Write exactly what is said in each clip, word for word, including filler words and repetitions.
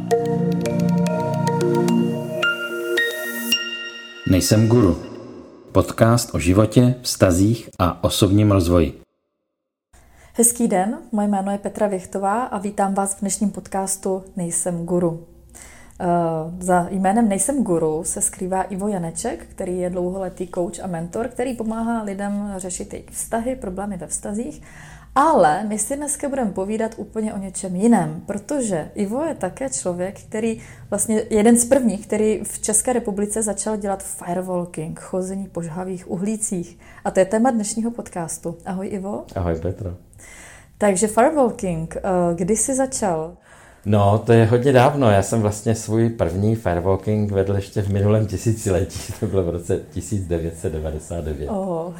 Nejsem guru. Podcast o životě, vztazích a osobním rozvoji. Hezký den, moje jméno je Petra Věchtová a vítám vás v dnešním podcastu Nejsem guru. Uh, za jménem Nejsem guru se skrývá Ivo Janeček, který je dlouholetý coach a mentor, který pomáhá lidem řešit jejich vztahy, problémy ve vztazích. Ale my si dneska budeme povídat úplně o něčem jiném, protože Ivo je také člověk, který vlastně jeden z prvních, který v České republice začal dělat firewalking, chození po žhavých uhlících. A to je téma dnešního podcastu. Ahoj Ivo. Ahoj Petro. Takže firewalking, kdy jsi začal? No, to je hodně dávno. Já jsem vlastně svůj první firewalking vedl ještě v minulém tisíciletí. To bylo v roce tisíc devět set devadesát devět. Oh.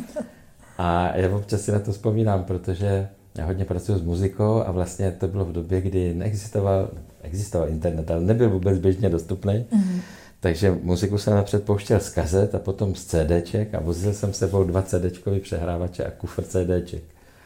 A já občas si na to vzpomínám, protože já hodně pracuji s muzikou a vlastně to bylo v době, kdy neexistoval existoval internet, ale nebyl vůbec běžně dostupný. Mm. Takže muziku jsem napřed pouštěl z kazet a potom z CDček a vozil jsem s sebou dva CDčkový přehrávače a kufr CDček.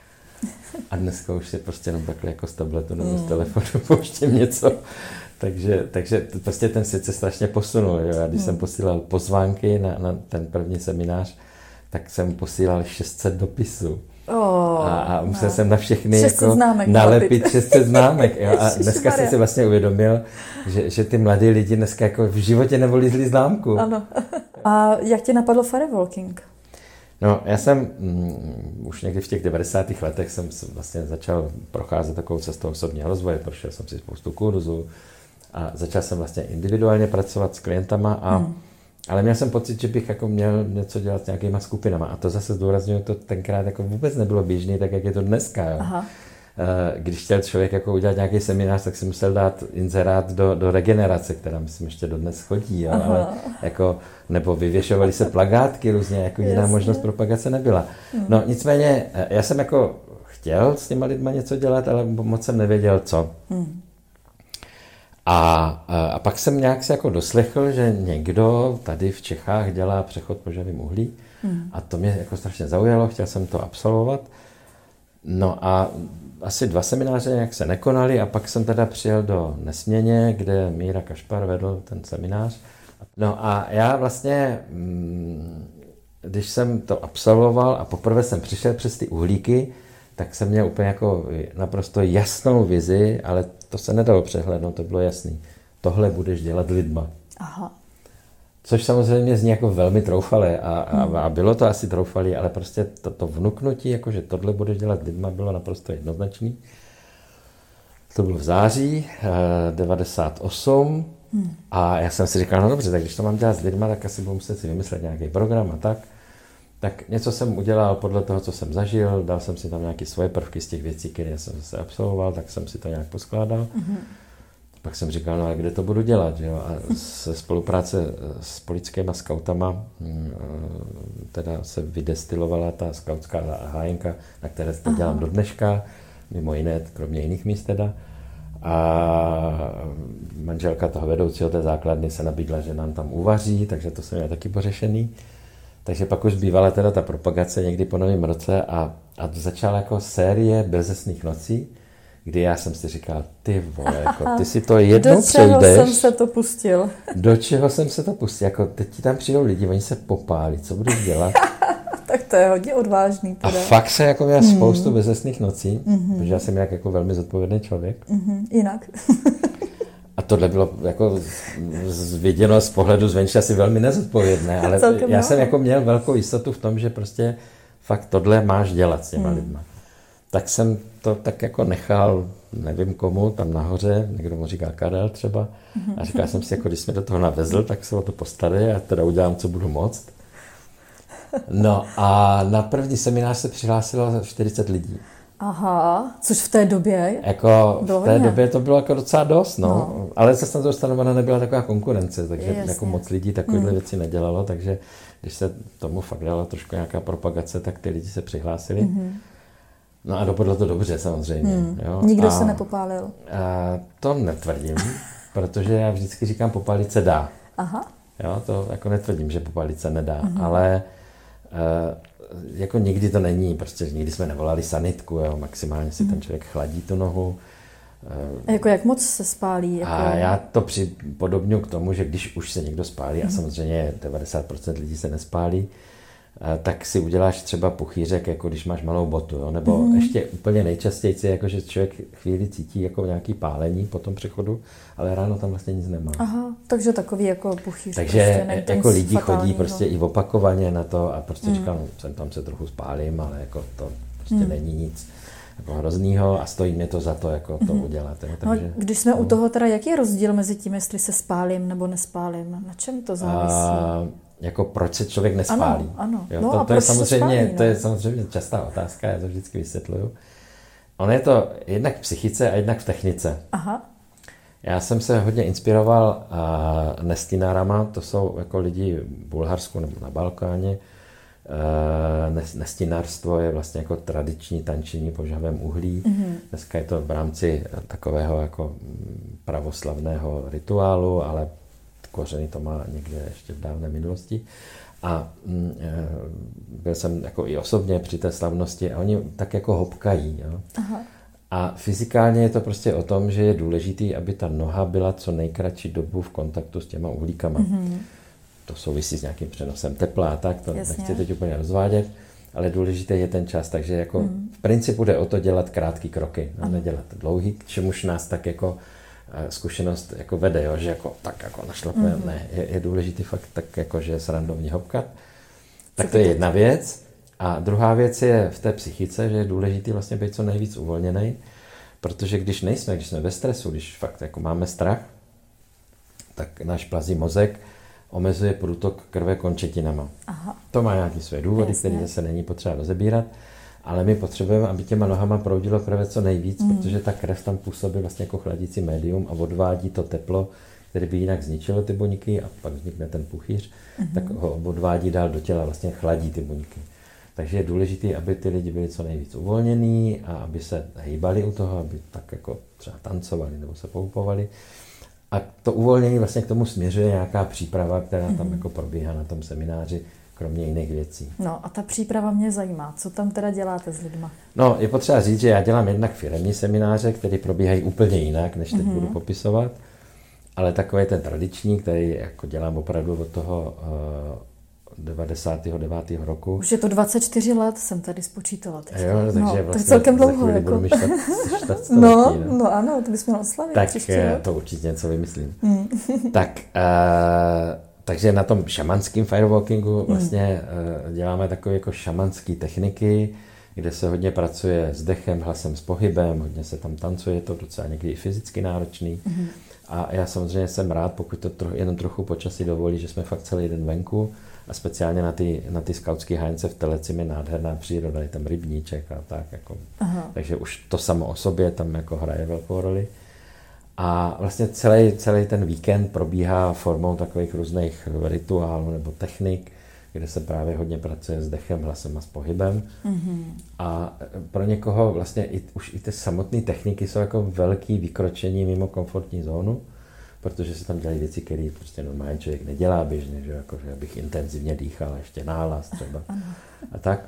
A dneska už si prostě jenom takhle jako z tabletu nebo z telefonu pouštím něco. Takže, takže prostě ten svět se strašně posunul. Jo. Já když mm. jsem posílal pozvánky na, na ten první seminář, tak jsem posílal šest set dopisů. Oh, a, a musel no. jsem na všechny jako nalepit šest set známek. Jo. A dneska jsem si vlastně uvědomil, že, že ty mladí lidi dneska jako v životě nevolí známku. Ano. A jak tě napadlo firewalking? No, já jsem mm, už někdy v těch devadesátých letech jsem vlastně začal procházet takovou cestou osobního rozvoje, prošel jsem si spoustu kurzů a začal jsem vlastně individuálně pracovat s klientama, a, hmm. ale měl jsem pocit, že bych jako měl něco dělat s nějakýma skupinama a to zase zdůrazňuji, to tenkrát jako vůbec nebylo běžné, tak jak je to dneska. Jo. Aha. Když chtěl člověk jako udělat nějaký seminář, tak si musel dát inzerát do, do regenerace, která myslím ještě dodnes chodí, jo, ale jako, nebo vyvěšovaly se plakátky různě, jako jiná Jasně. možnost propagace nebyla. Hmm. No nicméně, já jsem jako chtěl s těma lidma něco dělat, ale moc jsem nevěděl co. Hmm. A, a pak jsem nějak se jako doslechl, že někdo tady v Čechách dělá přechod po žhavém uhlí hmm. a to mě jako strašně zaujalo, chtěl jsem to absolvovat. No a asi dva semináře nějak se nekonaly a pak jsem teda přijel do Nesměně, kde Míra Kašpar vedl ten seminář. No a já vlastně, když jsem to absolvoval a poprvé jsem přišel přes ty uhlíky, tak jsem měl úplně jako naprosto jasnou vizi, ale to se nedalo přehlédnout, to bylo jasný. Tohle budeš dělat lidma. Aha. Což samozřejmě zní jako velmi troufalé a, a, a bylo to asi troufalé, ale prostě to, to vnuknutí, jakože tohle budeš dělat lidma, bylo naprosto jednoznačný. To bylo v září eh, devadesát osm hmm. a já jsem si říkal, no dobře, tak když to mám dělat s lidma, tak asi budu muset si vymyslet nějaký program a tak. Tak něco jsem udělal podle toho, co jsem zažil, dal jsem si tam nějaké svoje prvky z těch věcí, které jsem zase absolvoval, tak jsem si to nějak poskládal. Hmm. Pak jsem říkal, no a kde to budu dělat, jo? A se spolupráce s politickýma skautama teda se vydestilovala ta skautská hájenka, na které to dělám do dneška, mimo jiné, kromě jiných míst teda. A manželka toho vedoucího té základny se nabídla, že nám tam uvaří, takže to jsem měl taky pořešený. Takže pak už bývala teda ta propagace někdy po novém roce a, a začala jako série bezesných nocí, kdy já jsem si říkal, ty vole, jako, ty si to jednou přejdeš. Do čeho jsem se to pustil? Do čeho jsem se to pustil? Jako, teď ti tam přijdou lidi, oni se popálí, co budeš dělat? Tak to je hodně odvážný. Teda. A fakt jsem jako měl hmm. spoustu bezesných nocí, mm-hmm. protože já jsem jak jako velmi zodpovědný člověk. Mm-hmm. Jinak. A tohle bylo jako viděno z pohledu zvenčí asi velmi nezodpovědné, ale Celkem já no. jsem jako měl velkou jistotu v tom, že prostě fakt tohle máš dělat s těma hmm. lidma. Tak jsem to tak jako nechal, nevím komu, tam nahoře, někdo mu říká Karel třeba, a říkal jsem si, jako když jsme do toho navezl, tak se o to postarí a teda udělám, co budu moct. No a na první seminář se přihlásilo čtyřicet lidí. Aha, což v té době jako v té době to bylo jako docela dost, no. no. Ale zase na to stanovena nebyla taková konkurence, takže Jasně. jako moc lidí takovéhle hmm. věci nedělalo, takže když se tomu fakt dala trošku nějaká propagace, tak ty lidi se přihlásili. Hmm. No a dopadlo to dobře samozřejmě. Hmm. Jo? Nikdo a, se nepopálil? A to netvrdím, protože já vždycky říkám, popálit se dá. Aha. Jo, to jako netvrdím, že popálit se nedá, hmm. ale uh, jako nikdy to není, prostě nikdy jsme nevolali sanitku, jo? Maximálně si hmm. ten člověk chladí tu nohu, A jako jak moc se spálí? Jako... A já to připodobňuji k tomu, že když už se někdo spálí, mm. a samozřejmě devadesát procent lidí se nespálí, tak si uděláš třeba puchýřek, jako když máš malou botu, jo? Nebo mm. ještě úplně nejčastěji, jako že člověk chvíli cítí jako nějaký pálení po tom přechodu, ale ráno tam vlastně nic nemá. Aha, takže takový jako puchýř. Takže prostě jako lidi chodí prostě i opakovaně na to a prostě mm. říkám, no, jsem tam se trochu spálím, ale jako to prostě mm. není nic jako hroznýho a stojí mě to za to, jako to mm. udělat. Jo? Takže, no, když jsme no. u toho teda, jaký je rozdíl mezi tím, jestli se spálím nebo nespálím? Na čem to závisí? A... Jako proč se člověk nespálí. Ano, ano. Jo, no to, a to, je samozřejmě, spálí, no? to je samozřejmě častá otázka, já to vždycky vysvětluju. Ono je to jednak v psychice a jednak v technice. Aha. Já jsem se hodně inspiroval uh, nestinárama, to jsou jako lidi v Bulharsku nebo na Balkáně. Uh, nestinárstvo je vlastně jako tradiční tančení po žhavém uhlí. Mm-hmm. Dneska je to v rámci takového jako pravoslavného rituálu, ale kořeny to má někde ještě v dávné minulosti. A mm, byl jsem jako i osobně při té slavnosti a oni tak jako hopkají. Jo? Aha. A fyzikálně je to prostě o tom, že je důležitý, aby ta noha byla co nejkratší dobu v kontaktu s těma uhlíkama. Mm-hmm. To souvisí s nějakým přenosem tepla a tak, to Jasně. nechci teď úplně rozvádět, ale důležité je ten čas, takže jako mm. v principu jde o to dělat krátký kroky, no, nedělat dlouhý, k čemuž nás tak jako zkušenost jako vede, jo, že jako tak jako našlapujeme, mm-hmm. ne, je, je důležitý fakt tak jako, že je srandovně hopkat. Tak to je jedna věc. A druhá věc je v té psychice, že je důležitý vlastně být co nejvíc uvolněný, protože když nejsme, když jsme ve stresu, když fakt jako máme strach, tak náš plazí mozek omezuje průtok krve končetinama. Aha. To má nějaké své důvody, které zase není potřeba rozebírat, ale my potřebujeme, aby těma nohama proudilo krve co nejvíc, mm. protože ta krev tam působí vlastně jako chladící médium a odvádí to teplo, které by jinak zničilo ty buňky a pak vznikne ten puchýř, mm. tak ho odvádí dál do těla, vlastně chladí ty buňky. Takže je důležité, aby ty lidi byli co nejvíc uvolnění a aby se hýbali u toho, aby tak jako třeba tancovali nebo se poupovali. A to uvolnění vlastně k tomu směřuje nějaká příprava, která tam mm. jako probíhá na tom semináři, kromě jiných věcí. No a ta příprava mě zajímá. Co tam teda děláte s lidma? No, je potřeba říct, že já dělám jednak firemní semináře, které probíhají úplně jinak, než teď mm-hmm. budu popisovat, ale takový ten tradiční, který jako dělám opravdu od toho uh, devadesátého devátého roku. Už je to dvacet čtyři let, jsem tady spočítala. Teď. Jo, takže no, vlastně to je celkem dlouho. Jako... budu štat, štat století, no, no, no ano, to bychom oslavili. Tak to určitě něco vymyslím. Mm. tak... Uh, Takže na tom šamanském firewalkingu vlastně hmm. děláme takové jako šamanské techniky, kde se hodně pracuje s dechem, hlasem, s pohybem, hodně se tam tancuje, je to docela někdy i fyzicky náročný. Hmm. A já samozřejmě jsem rád, pokud to tro, jenom trochu počasí dovolí, že jsme fakt celý den venku a speciálně na ty, na ty skautské hájence v Telecim je nádherná příroda, je tam rybníček a tak. Jako. Takže už to samo o sobě tam jako hraje velkou roli. A vlastně celý, celý ten víkend probíhá formou takových různých rituálů nebo technik, kde se právě hodně pracuje s dechem, hlasem a s pohybem. Mm-hmm. A pro někoho vlastně i, už i ty samotné techniky jsou jako velký vykročení mimo komfortní zónu, protože se tam dělají věci, které prostě normálně člověk nedělá běžně, že, jako, že bych intenzivně dýchal, ještě nahlas třeba a tak.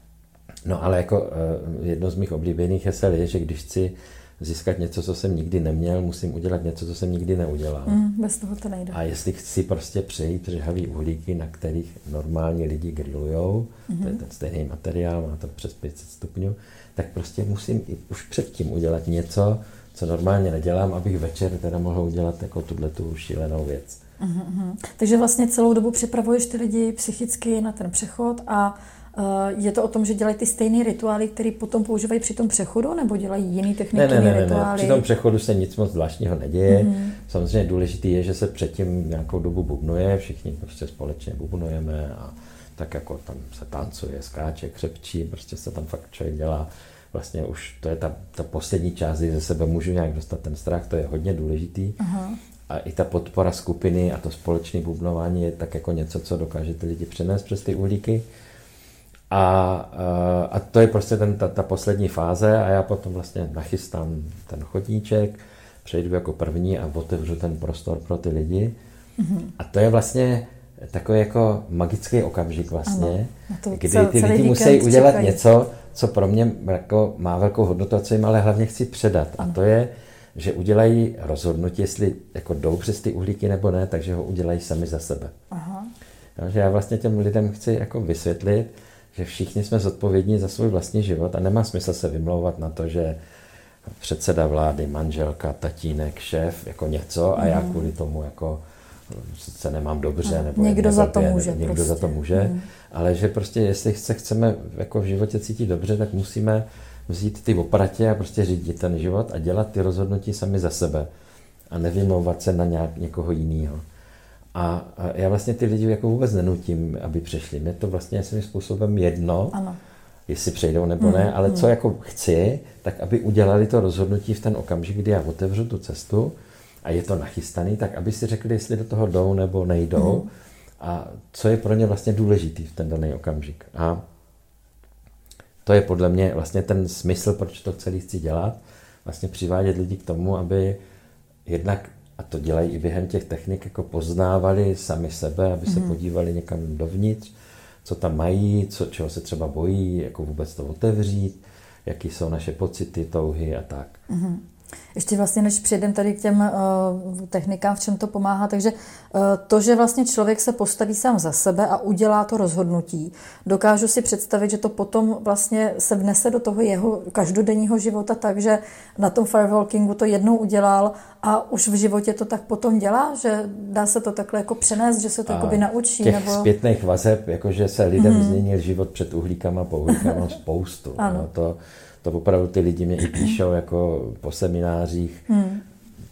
No ale jako jedno z mých oblíbených hesel je, že když chci získat něco, co jsem nikdy neměl, musím udělat něco, co jsem nikdy neudělal. Mm, bez toho to nejde. A jestli chci prostě přejít žhavý uhlíky, na kterých normálně lidi grillujou, mm-hmm. to je ten stejný materiál, má to přes pět set stupňů, tak prostě musím i už předtím udělat něco, co normálně nedělám, abych večer teda mohl udělat jako tuhletu šílenou věc. Mm-hmm. Takže vlastně celou dobu připravuješ ty lidi psychicky na ten přechod a je to o tom, že dělají ty stejné rituály, které potom používají při tom přechodu, nebo dělají jiný techniky, ne, ne, ne, rituály? Ne, při tom přechodu se nic moc zvláštního neděje. Mm-hmm. Samozřejmě důležité je, že se předtím nějakou dobu bubnuje, všichni prostě společně bubnujeme a tak jako tam se tancuje, skáče, křepčí, prostě se tam fakt člověk dělá. Vlastně už to je ta, ta poslední část, kdy ze sebe můžu nějak dostat ten strach, to je hodně důležitý. Aha. A i ta podpora skupiny a to společné bubnování je tak jako něco, co dokáže ty lidi přenést přes ty uhlíky. A, a to je prostě ten, ta, ta poslední fáze a já potom vlastně nachystám ten chodníček, přejdu jako první a otevřu ten prostor pro ty lidi. Mm-hmm. A to je vlastně takový jako magický okamžik vlastně, ano, kdy cel, ty lidi musí udělat čekají. Něco, co pro mě jako má velkou hodnotu a co jim ale hlavně chci předat. Ano. A to je že udělají rozhodnutí, jestli jako jdou přes ty uhlíky nebo ne, takže ho udělají sami za sebe. Aha. No, že já vlastně těm lidem chci jako vysvětlit, že všichni jsme zodpovědní za svůj vlastní život a nemá smysl se vymlouvat na to, že předseda vlády, manželka, tatínek, šéf, jako něco a já kvůli tomu jako se nemám dobře. No, nebo někdo za to může. Někdo prostě. za to může, mm. ale že prostě jestli se chceme jako v životě cítit dobře, tak musíme vzít ty opratě a prostě řídit ten život a dělat ty rozhodnutí sami za sebe a nevymlouvat se na nějak, někoho jiného. A, a já vlastně ty lidi jako vůbec nenutím, aby přešli. Mě to vlastně svým způsobem jedno, ano. jestli přejdou nebo ne, ale co jako chci, tak aby udělali to rozhodnutí v ten okamžik, kdy já otevřu tu cestu a je to nachystaný, tak aby si řekli, jestli do toho jdou nebo nejdou mm. a co je pro ně vlastně důležitý v ten daný okamžik. A to je podle mě vlastně ten smysl, proč to celý chci dělat, vlastně přivádět lidi k tomu, aby jednak, a to dělají i během těch technik, jako poznávali sami sebe, aby se mm. podívali někam dovnitř, co tam mají, co, čeho se třeba bojí, jako vůbec to otevřít, jaký jsou naše pocity, touhy a tak. Mm-hmm. Ještě vlastně, než přejdeme tady k těm uh, technikám, v čem to pomáhá, takže uh, to, že vlastně člověk se postaví sám za sebe a udělá to rozhodnutí, dokážu si představit, že to potom vlastně se vnese do toho jeho každodenního života tak, že na tom firewalkingu to jednou udělal a už v životě to tak potom dělá, že dá se to takhle jako přenést, že se to jakoby naučí. Těch nebo... zpětných vazeb, jakože se lidem mm. změnil život před uhlíkama, po uhlíkama spoustu. No, to, To opravdu ty lidi mě i píšou jako po seminářích, hmm.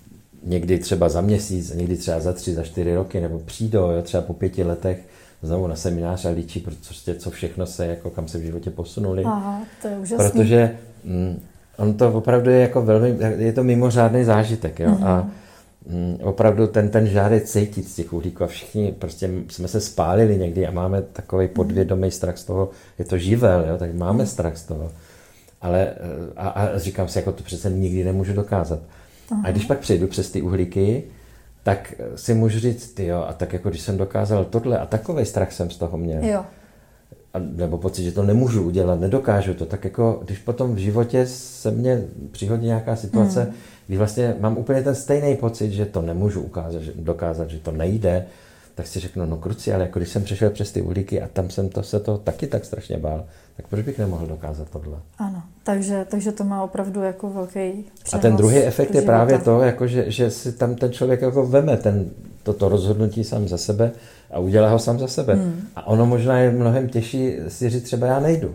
někdy třeba za měsíc, někdy třeba za tři, za čtyři roky, nebo přijdou, jo, třeba po pěti letech znovu na seminář a líčí, protože co všechno se, jako kam se v životě posunuli. Aha, to je úžasný. Protože mm, on to opravdu je jako velmi, je to mimořádný zážitek, jo, hmm. a mm, opravdu ten, ten žár je cítit z těch uhlíků a všichni prostě jsme se spálili někdy a máme takový podvědomý strach z toho, je to živel, jo, tak máme hmm. strach z toho. Ale a, a říkám si, jako to přece nikdy nemůžu dokázat. Aha. A když pak přejdu přes ty uhlíky, tak si můžu říct, tyjo, a tak jako když jsem dokázal tohle a takovej strach jsem z toho měl. Jo. A, nebo pocit, že to nemůžu udělat, nedokážu to, tak jako když potom v životě se mně přihodí nějaká situace, hmm. kdy vlastně mám úplně ten stejný pocit, že to nemůžu ukázat, že, dokázat, že to nejde, tak si řeknu, no kruci, ale jako když jsem přešel přes ty uhlíky a tam jsem to, se to taky tak strašně bál, tak proč bych nemohl dokázat tohle? Ano, takže, takže to má opravdu jako velký přenos. A ten druhý efekt je právě to, jako že, že si tam ten člověk jako veme ten, toto rozhodnutí sám za sebe a udělá ho sám za sebe. Hmm. A ono možná je mnohem těžší si říct třeba já nejdu.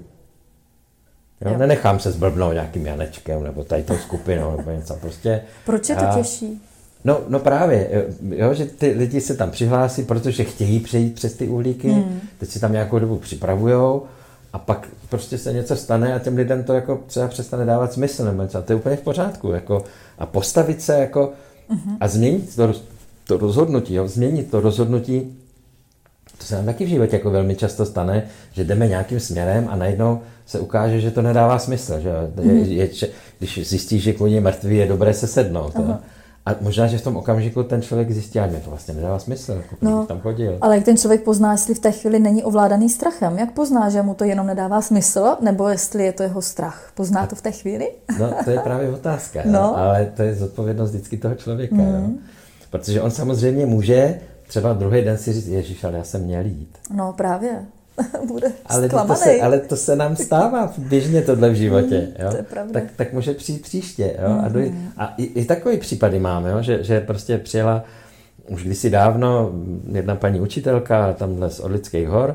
Jo? Jo. Nenechám se zblbnout nějakým Janečkem nebo tady tou skupinou nebo něco. Prostě, proč je to já, těžší? No, no právě, jo, že ty lidi se tam přihlásí, protože chtějí přejít přes ty uhlíky, hmm. teď si tam nějakou dobu připravujou a pak prostě se něco stane a těm lidem to jako třeba přestane dávat smysl, nebo něco, a to je úplně v pořádku, jako, a postavit se jako uh-huh. a změnit to, to rozhodnutí, jo, změnit to rozhodnutí, to se nám taky v životě jako velmi často stane, že jdeme nějakým směrem a najednou se ukáže, že to nedává smysl, že uh-huh. je, je, když zjistíš, že kvůli mrtvý je dobré se sednout, uh-huh. A možná, že v tom okamžiku ten člověk zjistí, že to vlastně nedává smysl, jako no, tam chodil. Ale jak ten člověk pozná, jestli v té chvíli není ovládaný strachem? Jak pozná, že mu to jenom nedává smysl, nebo jestli je to jeho strach? Pozná to v té chvíli? No, to je právě otázka, no. jo? Ale to je zodpovědnost vždycky toho člověka. Mm. Jo? Protože on samozřejmě může třeba druhý den si říct, ježiš, ale já jsem měl jít. No právě. Bude ale to, se, ale to se nám stává běžně tohle v životě. Mm, jo? To je pravda. Tak, tak může přijít příště. Jo? Mm. A, doj- a i, i takový případy máme, jo? Že, že prostě přijela už kdysi dávno jedna paní učitelka tamhle z Orlických hor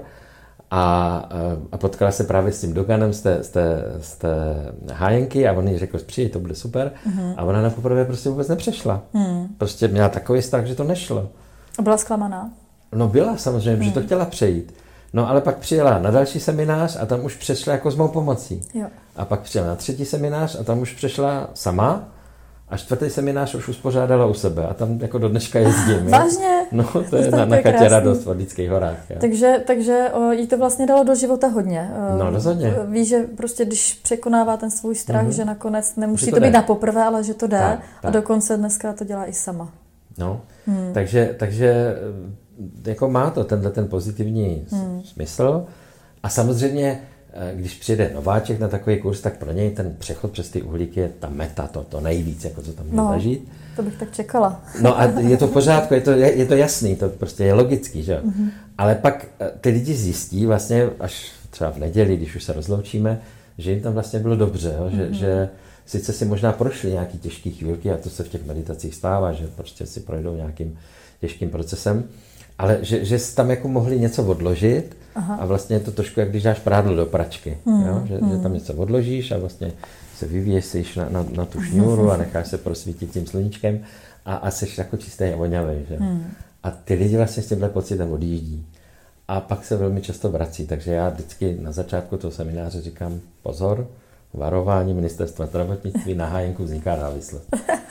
a, a potkala se právě s tím Doganem z té, z té, z té hájenky a on jí řekl, přijď, to bude super. Mm. A ona na poprvé prostě vůbec nepřešla. Mm. Prostě měla takový strach, že to nešlo. A byla zklamaná? No byla samozřejmě, mm. že to chtěla přejít. No ale pak přijela na další seminář a tam už přešla jako s mou pomocí. Jo. A pak přijela na třetí seminář a tam už přešla sama a čtvrtý seminář už uspořádala u sebe a tam jako do dneška jezdím. Vážně? No to je na, na Chatě Radost v Orlických horách. Jo. Takže, takže o, jí to vlastně dalo do života hodně. No rozhodně. Ví, že prostě když překonává ten svůj strach, mm-hmm. že nakonec nemusí že to, to být na poprvé, ale že to jde tak, tak. A dokonce dneska to dělá i sama. No, hmm. takže, takže jako má to tenhle ten pozitivní hmm. smysl a samozřejmě když přijde nováček na takový kurz, tak pro něj ten přechod přes ty uhlíky je ta meta, to, to nejvíc, jako co tam může no, zažít. To bych tak čekala. No a je to v pořádku, je to, je, je to jasný, to prostě je logický, že jo. Mm-hmm. Ale pak ty lidi zjistí vlastně až třeba v neděli, když už se rozloučíme, že jim tam vlastně bylo dobře, jo? Že, mm-hmm. že sice si možná prošli nějaký těžký chvílky a to se v těch meditacích stává, že prostě si projdou nějakým těžkým procesem, ale že, že tam jako mohli něco odložit. Aha. A vlastně je to trošku, jak když dáš prádlo do pračky, hmm, jo? Že, hmm. že tam něco odložíš a vlastně se vyvěsíš na, na, na tu šňůru a necháš se prosvítit tím sluníčkem a, a seš jako čistý a voňavý. Že? Hmm. A ty lidi vlastně s tímhle pocitem odjíždí. A pak se velmi často vrací, takže já vždycky na začátku toho semináře říkám pozor, varování ministerstva zdravotnictví, na hájenku vzniká závislost.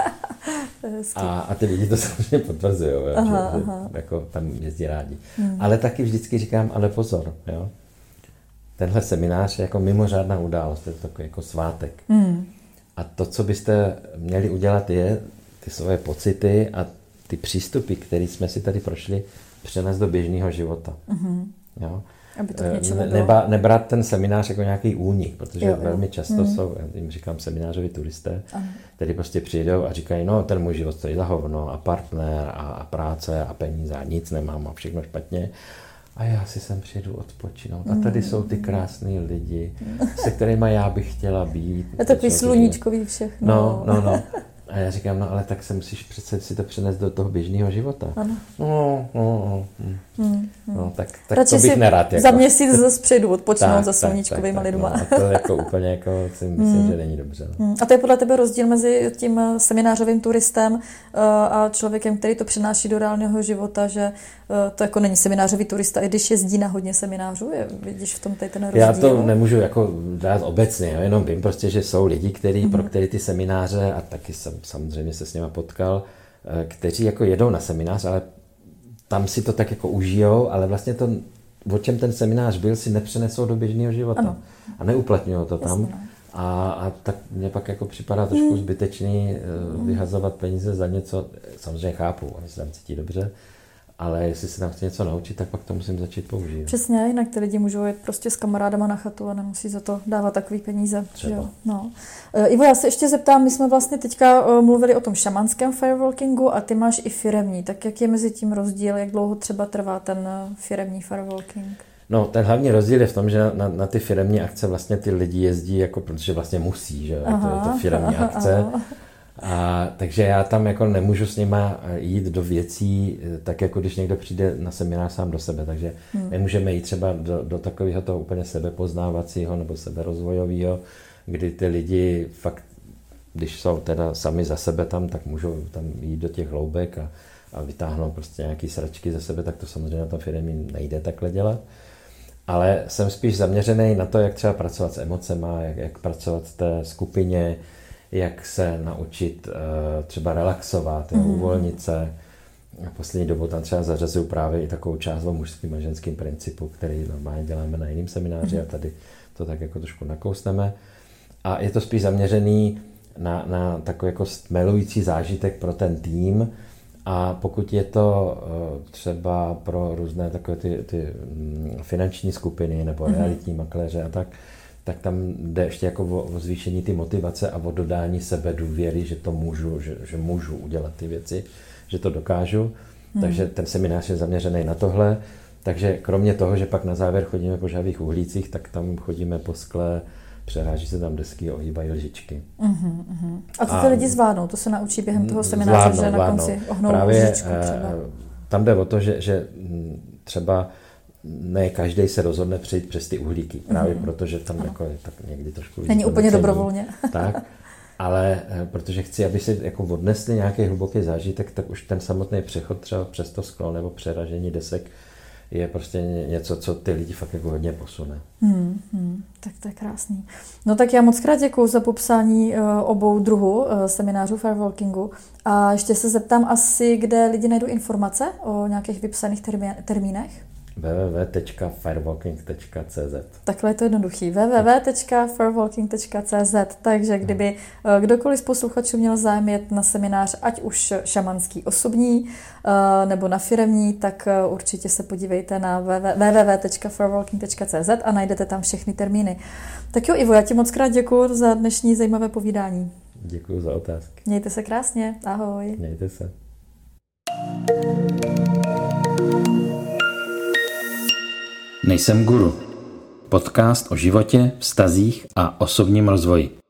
A, a ty lidi to samozřejmě potvrzují, jo, aha, že, aha. že jako tam jezdí rádi. Hmm. Ale taky vždycky říkám, ale pozor, jo. Tenhle seminář je jako mimořádná událost, je to takový jako svátek. Hmm. A to, co byste měli udělat, je ty svoje pocity a ty přístupy, které jsme si tady prošli, přenést do běžného života. Hmm. Jo. Aby to ne, neba, nebrat ten seminář jako nějaký únik, protože jo, velmi často mm. jsou, já jim říkám, seminářoví turisté, kteří prostě přijdou a říkají, no ten můj život stojí za hovno a partner a, a práce a peníze a nic nemám a všechno špatně. A já si sem přijdu odpočinout. A tady jsou ty krásný lidi, se kterými já bych chtěla být. Je takový sluníčkový všechno. No, no, no. A já říkám, no ale tak se musíš přece si to přenést do toho běžného života. Ano. No, no, no, hm. hmm, no tak, tak to bych nerad. Jako. Za měsíc zase přijdu odpočinout za sluníčkovýma lidma. No, a to jako úplně jako si myslím, hmm. že není dobře. No. Hmm. A to je podle tebe rozdíl mezi tím seminářovým turistem uh, a člověkem, který to přináší do reálného života, že uh, to jako není seminářový turista, i když jezdí na hodně seminářů, je, vidíš v tom tady ten rozdíl? Já to nemůžu jako dát obecně, jo, jenom vím prostě, že jsou lidi, který, hmm. pro který ty semináře, a taky jsem samozřejmě se s nima potkal, kteří jako jedou na seminář, ale tam si to tak jako užijou, ale vlastně to, o čem ten seminář byl, si nepřenesou do běžného života. Ano. A neuplatňují to tam. A, a tak mně pak jako připadá trošku hmm. zbytečný hmm. vyhazovat peníze za něco, samozřejmě chápu, oni se tam cítí dobře, ale jestli se tam chci něco naučit, tak pak to musím začít používat. Přesně, jinak ty lidi můžou jít prostě s kamarádama na chatu a nemusí za to dávat takový peníze. Jo? No. Ivo, já se ještě zeptám, my jsme vlastně teďka mluvili o tom šamanském firewalkingu a ty máš i firemní, tak jak je mezi tím rozdíl, jak dlouho třeba trvá ten firemní firewalking? No, ten hlavní rozdíl je v tom, že na, na ty firemní akce vlastně ty lidi jezdí, jako, protože vlastně musí, že aha, to je to firemní aha, akce. Aha. A, takže já tam jako nemůžu s nima jít do věcí, tak jako když někdo přijde na seminář sám do sebe, takže hmm. nemůžeme jít třeba do, do takového toho úplně sebepoznávacího nebo seberozvojového, kdy ty lidi fakt, když jsou teda sami za sebe tam, tak můžou tam jít do těch hloubek a, a vytáhnout prostě nějaký sračky ze sebe, tak to samozřejmě na tom firmě nejde takhle dělat. Ale jsem spíš zaměřený na to, jak třeba pracovat s emocema, jak, jak pracovat v té skupině, jak se naučit uh, třeba relaxovat, mm. uvolnit se. A poslední dobou tam třeba zařazuju právě i takovou část o mužským a ženským principu, který normálně děláme na jiném semináři mm. a tady to tak jako trošku nakousneme. A je to spíš zaměřený na, na takový jako stmelující zážitek pro ten tým. A pokud je to uh, třeba pro různé takové ty, ty um, finanční skupiny nebo realitní mm. makléře a tak, tak tam jde ještě jako o, o zvýšení ty motivace a o dodání sebe důvěry, že to můžu, že, že můžu udělat ty věci, že to dokážu. Hmm. Takže ten seminář je zaměřený na tohle. Takže kromě toho, že pak na závěr chodíme po žhavých uhlících, tak tam chodíme po skle, přeráží se tam desky, ohýbají lžičky. Uh-huh, uh-huh. A to ty lidi zvládnou? To se naučí během toho semináře, zvládnou, že na zvládnou. konci ohnou Právě, lžičku třeba? Tam jde o to, že, že třeba ne každý se rozhodne přejít přes ty uhlíky, právě mm. proto, že tam jako je tak někdy trošku... Není úplně necení, dobrovolně. Tak, ale protože chci, aby si jako odnesli nějaký hluboký zážitek, tak už ten samotný přechod třeba přes to sklo nebo přeražení desek je prostě něco, co ty lidi fakt jako hodně posune. Hmm, hmm, tak to je krásný. No tak já moc krát děkuju za popsání uh, obou druhů uh, seminářů firewalkingu a ještě se zeptám asi, kde lidi najdou informace o nějakých vypsaných termí- termínech? w w w tečka firewalking tečka c z. Takhle je to jednoduchý. w w w tečka firewalking tečka c z. Takže kdyby kdokoliv z posluchačů měl zájem jet na seminář, ať už šamanský osobní nebo na firemní, tak určitě se podívejte na w w w tečka firewalking tečka c z a najdete tam všechny termíny. Tak jo, Ivo, já ti moc krát děkuji za dnešní zajímavé povídání. Děkuji za otázky. Mějte se krásně. Ahoj. Mějte se. Nejsem guru. Podcast o životě, vztazích a osobním rozvoji.